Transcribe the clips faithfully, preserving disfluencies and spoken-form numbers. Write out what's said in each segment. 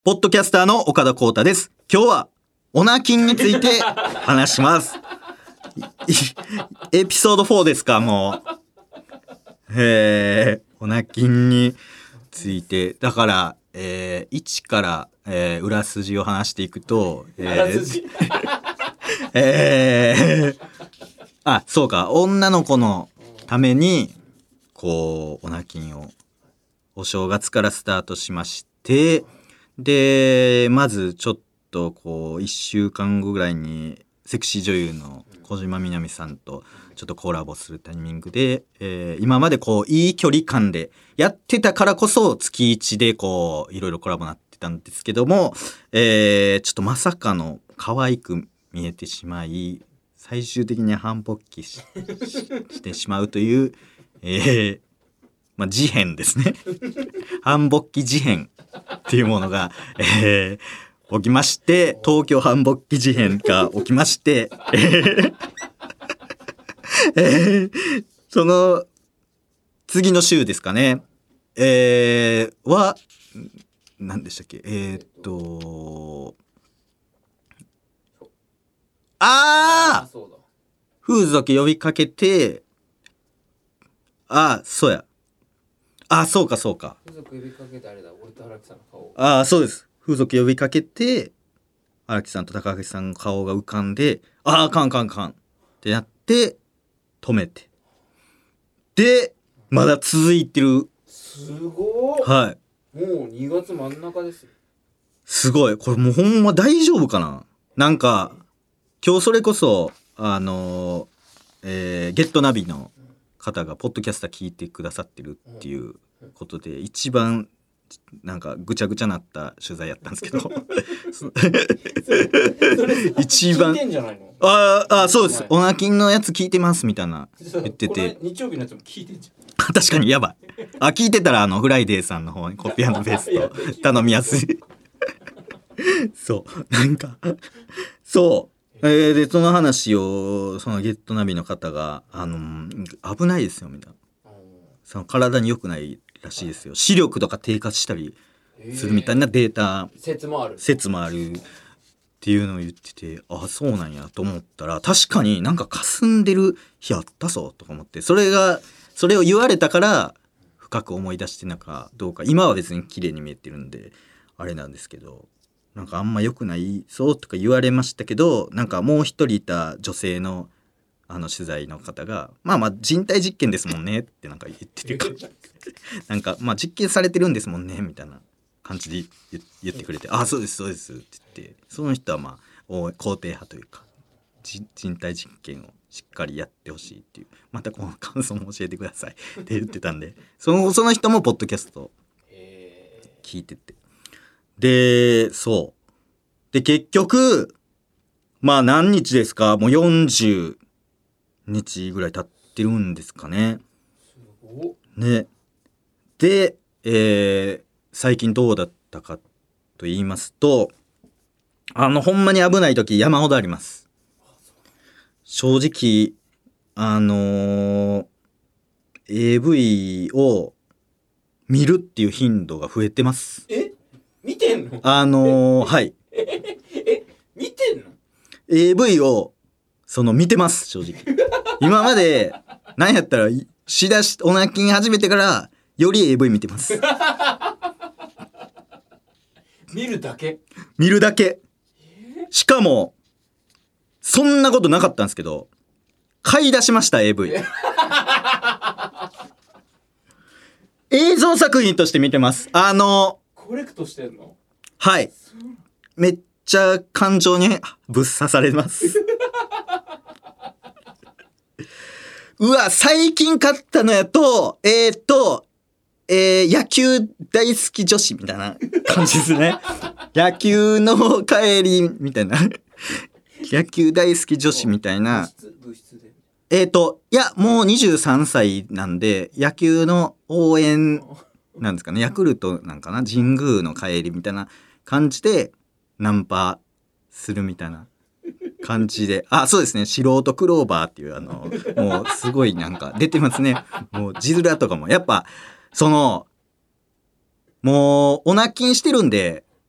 ポッドキャスターの岡田光太です。今日はオナキンについて話します。エピソードフォーですか、もう。えー、オナキンについて、だから、えー、いちから、えー、裏筋を話していくと、えー、裏筋えー、あ、そうか、女の子のために、こう、オナキンをお正月からスタートしまして、で、まずちょっとこう、いっしゅうかんごぐらいに、セクシー女優の小島みなみさんとちょっとコラボするタイミングで、えー、今までこう、いい距離感でやってたからこそ、月いちでこう、いろいろコラボなってたんですけども、えー、ちょっとまさかの可愛く見えてしまい、最終的に反勃起 し, してしまうという、えー、まあ、事変ですね。反勃起事変っていうものが、えー、起きまして、東京反勃起事変が起きまして、えーえー、その次の週ですかね、えー、は何でしたっけ、えー、っとあー風俗呼びかけて、あーそうやあ、そうかそうか。 風俗呼びかけてあれだ、俺と荒木さんの顔。 ああ、そうです。風俗呼びかけて、荒木さんと高橋さんの顔が浮かんで、ああ、カンカンカンってなって、止めて。で、まだ続いてる。 すごー。 はい。 もうにがつ真ん中ですよ。 すごい。これもうほんま大丈夫かな。なんか、今日それこそ、あのー、えー、ゲットナビの方がポッドキャスター聞いてくださってるっていうことで、一番なんかぐちゃぐちゃなった取材やったんですけど一番聞いてんじゃないの？ ああ、そうです。オナキンのやつ聞いてますみたいな言ってて、 日曜日のやつも聞いてんじゃん。確かにやばい。あ、聞いてたらあのフライデーさんの方にコピー&ペースト頼みやすいそうなんかそうえー、でその話をそのゲットナビの方があの危ないですよみたいな、その体に良くないらしいですよ、視力とか低下したりするみたいなデータ、 えー、説もある説もあるっていうのを言ってて、あ、そうなんやと思ったら、確かになんか霞んでる日あったぞとか思って、それがそれを言われたから深く思い出してなんかどうか、今は別に綺麗に見えてるんであれなんですけど、なんかあんま良くないそうとか言われましたけど、なんかもう一人いた女性のあの取材の方が、まあまあ人体実験ですもんねってなんか言っててなんかまあ実験されてるんですもんねみたいな感じで言ってくれて、あ、そうですそうですって言って、その人はまあ肯定派というか、人体実験をしっかりやってほしいっていう、またこの感想も教えてくださいって言ってたんで、そのその人もポッドキャスト聞いてて、で、そうで結局まあ何日ですか、もうよんじゅうにちぐらい経ってるんですかね。 すごね。で、えー、最近どうだったかと言いますと、あのほんまに危ない時山ほどあります。正直あのー、エーブイ を見るっていう頻度が増えてます。 え、見てんの？ あのー、はいええ見てんの？ エーブイ をその見てます正直今まで何やったらしだしオナキン始めてからより エーブイ 見てます見るだけ見るだけ、しかもそんなことなかったんですけど買い出しました エーブイ 映像作品として見てます。あのコレクトしてんの？ はい、めっちゃ感情にぶっ刺されますうわ、最近買ったのやとえー、っとえー、野球大好き女子みたいな感じですね野球の帰りみたいな野球大好き女子みたいな、 部室でえー、っといやもうにじゅうさんさいなんで野球の応援なんですかね、ヤクルトなんかな、神宮の帰りみたいな感じでナンパするみたいな感じで、あ、そうですね、素人クローバーっていうあのもうすごいなんか出てますね。もう字面とかもやっぱそのもうオナキンしてるんで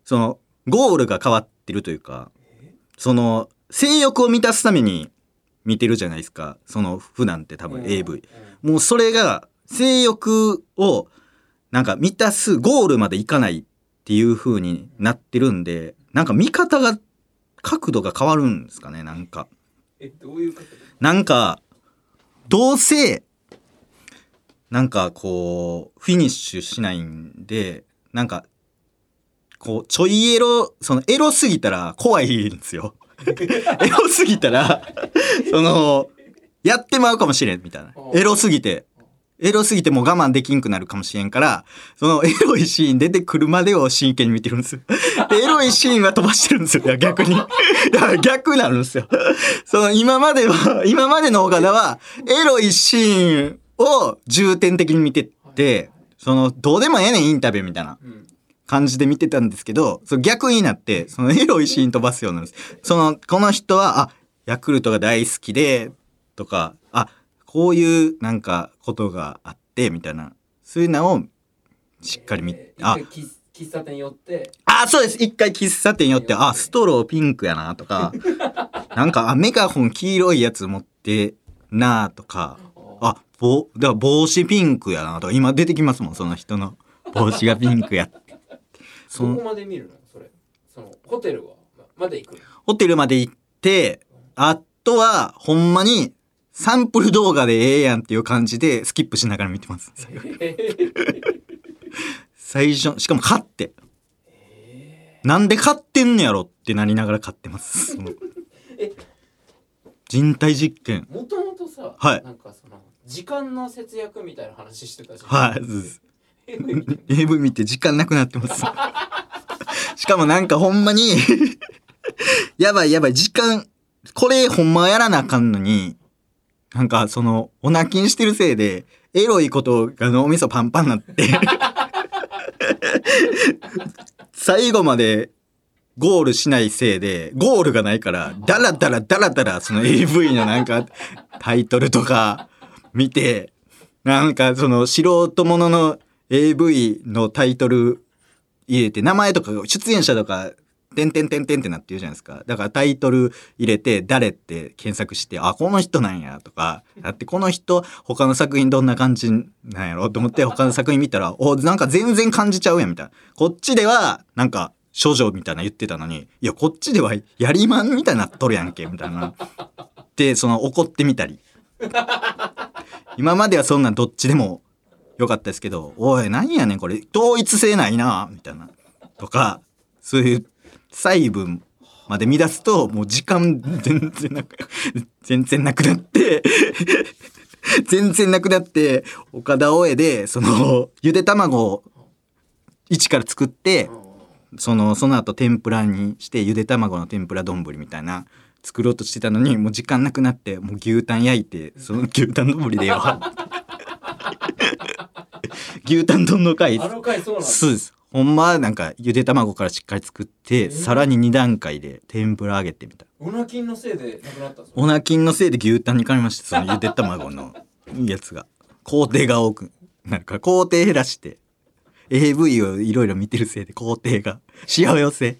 そのゴールが変わってるというか、その性欲を満たすために見てるじゃないですか、その普段って多分 エーブイ、うん、もうそれが性欲をなんか満たすゴールまでいかないっていう風になってるんで、なんか見方が角度が変わるんですかね。なんかえどういう角度？ なんかどうせなんかこうフィニッシュしないんで、なんかこうちょいエロ、そのエロすぎたら怖いんですよエロすぎたらそのやってまうかもしれんみたいな、エロすぎてエロすぎてもう我慢できんくなるかもしれんから、そのエロいシーン出てくるまでを真剣に見てるんですよ。でエロいシーンは飛ばしてるんですよ。逆に逆なんですよ。その今までは今までの岡田はエロいシーンを重点的に見てて、そのどうでもええねんインタビューみたいな感じで見てたんですけど、その逆になってそのエロいシーン飛ばすようになるんです。そのこの人はあヤクルトが大好きでとか、あこういうなんかことがあってみたいな、そういうのをしっかり見て、 えー、あ喫茶店寄って、 あそうです、一回喫茶店寄って、あストローピンクやなとかなんかあメガホン黄色いやつ持ってなとか、あぼだから帽子ピンクやなとか、今出てきますもん、その人の帽子がピンクやそこまで見るの？それそのホテルはまで行くの？ ホテルまで行って、あとはほんまにサンプル動画でええやんっていう感じでスキップしながら見てます最初しかも買って、なんで買ってんのやろってなりながら買ってますえ人体実験。 もともとさ、 はい、 なんかその時間の節約みたいな話してたじゃん。 はい、エーブイ 見て時間なくなってますしかもなんかほんまにやばいやばい時間、これほんまやらなあかんのに、なんかそのオナキンしてるせいでエロいことが脳みそパンパンになって最後までゴールしないせいでゴールがないからダラダラダラダラその エーブイ のなんかタイトルとか見て、なんかその素人ものの エーブイ のタイトル入れて名前とか出演者とかてんてんてんてんってなってるじゃないですか。だからタイトル入れて誰って検索して、あこの人なんやとか、だってこの人他の作品どんな感じなんやろと思って他の作品見たら、おなんか全然感じちゃうやんみたいな。こっちではなんか処女みたいな言ってたのに、いやこっちではやりまんみたいになっとるやんけみたいなで、その怒ってみたり今まではそんなんどっちでもよかったですけど、おいなんやねんこれ統一性ないなみたいなとか、そういう細部まで乱すともう時間全然なく全然なくなって全然なくなって、岡田大江でそのゆで卵を一から作って、そのその後天ぷらにしてゆで卵の天ぷら丼みたいな作ろうとしてたのに、もう時間なくなって、もう牛タン焼いてその牛タン丼でよ牛タン丼の回、 あの回そうなんです。 そうです。ほんまなんかゆで卵からしっかり作って、えー、さらにに段階で天ぷら揚げてみたいな。 オナキンのせいでなくなったんですか？ オナキンのせいで牛タンに変わりました。そのゆで卵のやつが工程が多くなんか工程減らして エーブイ をいろいろ見てるせいで工程がしわ寄せ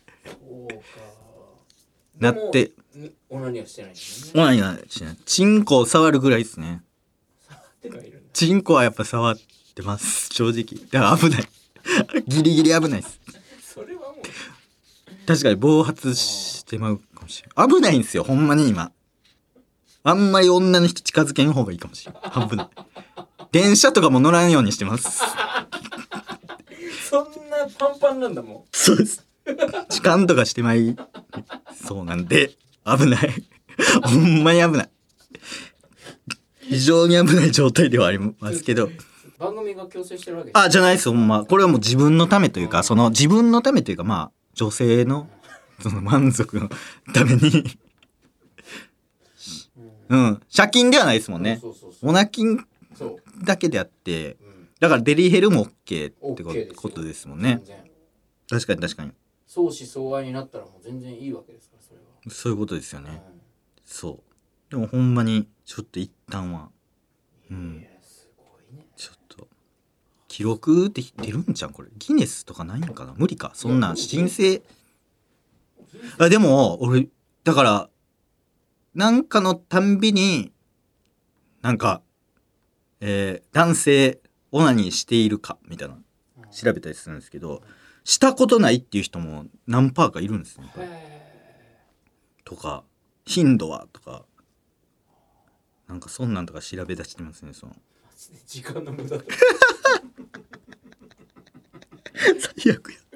なって、 オナニーはしてないんですね。 オナニーはしない。チンコを触るぐらいですね。 触ってはいるんだ。 チンコはやっぱ触ってます正直。だから危ないギリギリ危ないです。 それはもう確かに暴発してまうかもしれない。危ないんですよほんまに今。あんまり女の人近づけん方がいいかもしれない。危ない。電車とかも乗らんようにしてますそんなパンパンなんだもん。 そうです。痴漢とかしてまいそうなんで危ないほんまに危ない。非常に危ない状態ではありますけど、 番組が強制してるわけあじゃないですほんま。これはもう自分のためというか、その自分のためというか、まあ女性のその満足のためにうん、借金ではないですもんね。オナキンだけであって、だからデリヘルも OK ってことですもんね。確かに確かに。 相思相愛になったらもう全然いいわけですから、それは。 そういうことですよね。うん、そう。でもほんまにちょっと一旦は、うん、すごいね、ちょっと記録って出るんじゃんこれ。ギネスとかないんかな。無理かそんなん申請。あでも俺だからなんかのたんびになんか、えー、男性オナニーしているかみたいな調べたりするんですけど、したことないっていう人も何パーかいるんですね。とか頻度はとかなんかそんなんとか調べ出してますね。その時間の無駄だ最悪や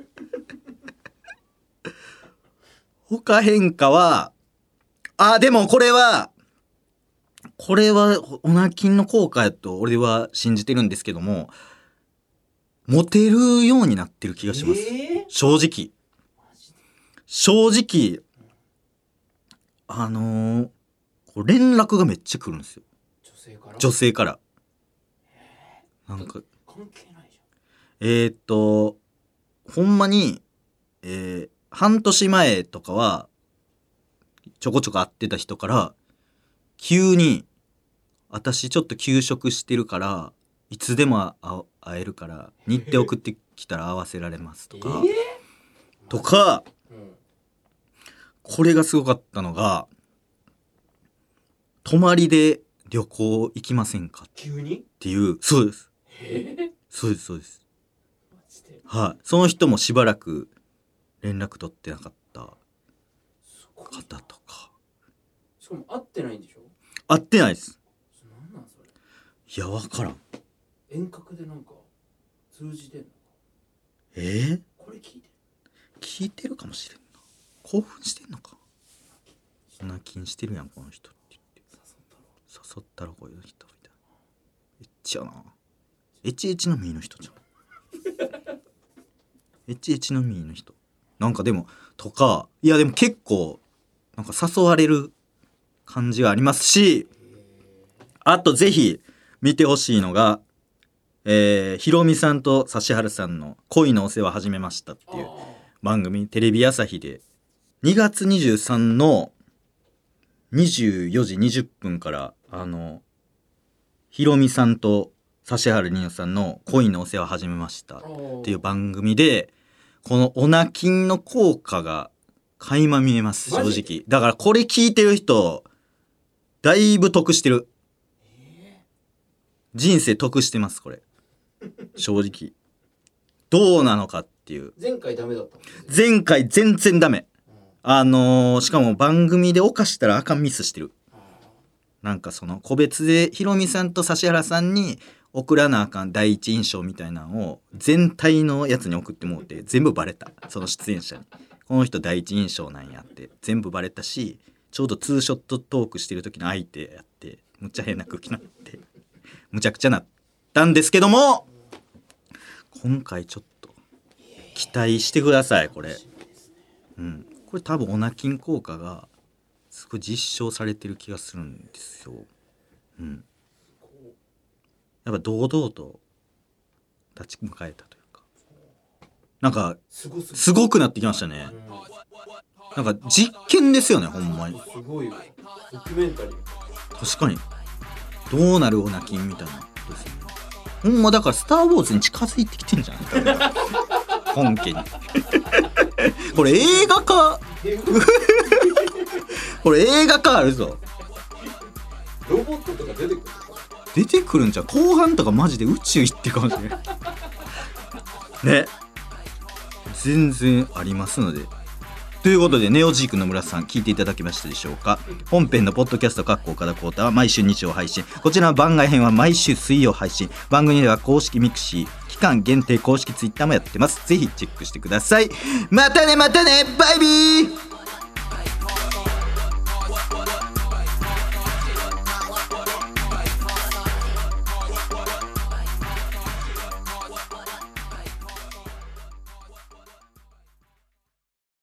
他変化はあでもこれはこれはオナキンの効果やと俺は信じてるんですけども、モテるようになってる気がします、えー、正直正直あのー、こう連絡がめっちゃ来るんですよ。 女性から女性から、 えー、なんか関係ないじゃん。 えー、っとほんまに、えー、半年前とかはちょこちょこ会ってた人から急に私ちょっと休職してるからいつでも会えるから日程送ってきたら合わせられますとか、えー、とか、うん、これがすごかったのが泊まりで旅行行きませんか急にっていう。そうです、えー、そうですそうです。はい、その人もしばらく連絡取ってなかった方とか。 しかも会ってないんでしょ。 会ってないです。 なんなんそれ。 いや分からん。 遠隔でなんか通じてんのか。 えー、 これ聞いてる聞いてるかもしれんな。興奮してんのか。そんな気にしてるやんこの人って言って誘ったろこういう人みたいな。エッチやな。エチエチのミーの人じゃんエチエチのミーの人なんかでもとか。いやでも結構なんか誘われる感じがありますし、あとぜひ見てほしいのが、えー、ひろみさんと指原さんの恋のお世話始めましたっていう番組、テレビ朝日でにがつにじゅうさんのにじゅうよじにじゅっぷんからあのひろみさんと指原莉乃さんの恋のお世話始めましたっていう番組でこのオナキンの効果が垣間見えます。正直だからこれ聞いてる人だいぶ得してる。人生得してますこれ正直どうなのかっていう。 前回ダメだったもんね。 前回全然ダメ、うん、あのー、しかも番組で犯したらあかんミスしてる。なんかその個別でひろみさんと指原さんに送らなあかん第一印象みたいなのを全体のやつに送ってもうて全部バレた。その出演者にこの人第一印象なんやって全部バレたし、ちょうどツーショットトークしてる時の相手やってむっちゃ変な空気になってむちゃくちゃなったんですけども、今回ちょっと期待してくださいこれ。うん、これ多分オナキン効果がすごい実証されてる気がするんですよ。うん、やっぱ堂々と立ち向かえたというか、なんかすごくなってきましたね。なんか実験ですよねほんまに。 すごいよドキュメンタリー。 確かにどうなるオナキンみたいなことですよね。ほんまだからスター・ウォーズに近づいてきてんじゃない本家にこれ映画化これ映画化あるぞ。 ロボットとか出てくる出てくるんじゃん。後半とかマジで宇宙行ってるかもしれないね。全然ありますので。ということでネオジークの村さん聞いていただけましたでしょうか。本編のポッドキャストかっこ岡田浩太は毎週日曜配信、こちらの番外編は毎週水曜配信。番組では公式ミクシー、期間限定公式ツイッターもやってます。ぜひチェックしてください。またねまたねバイビー。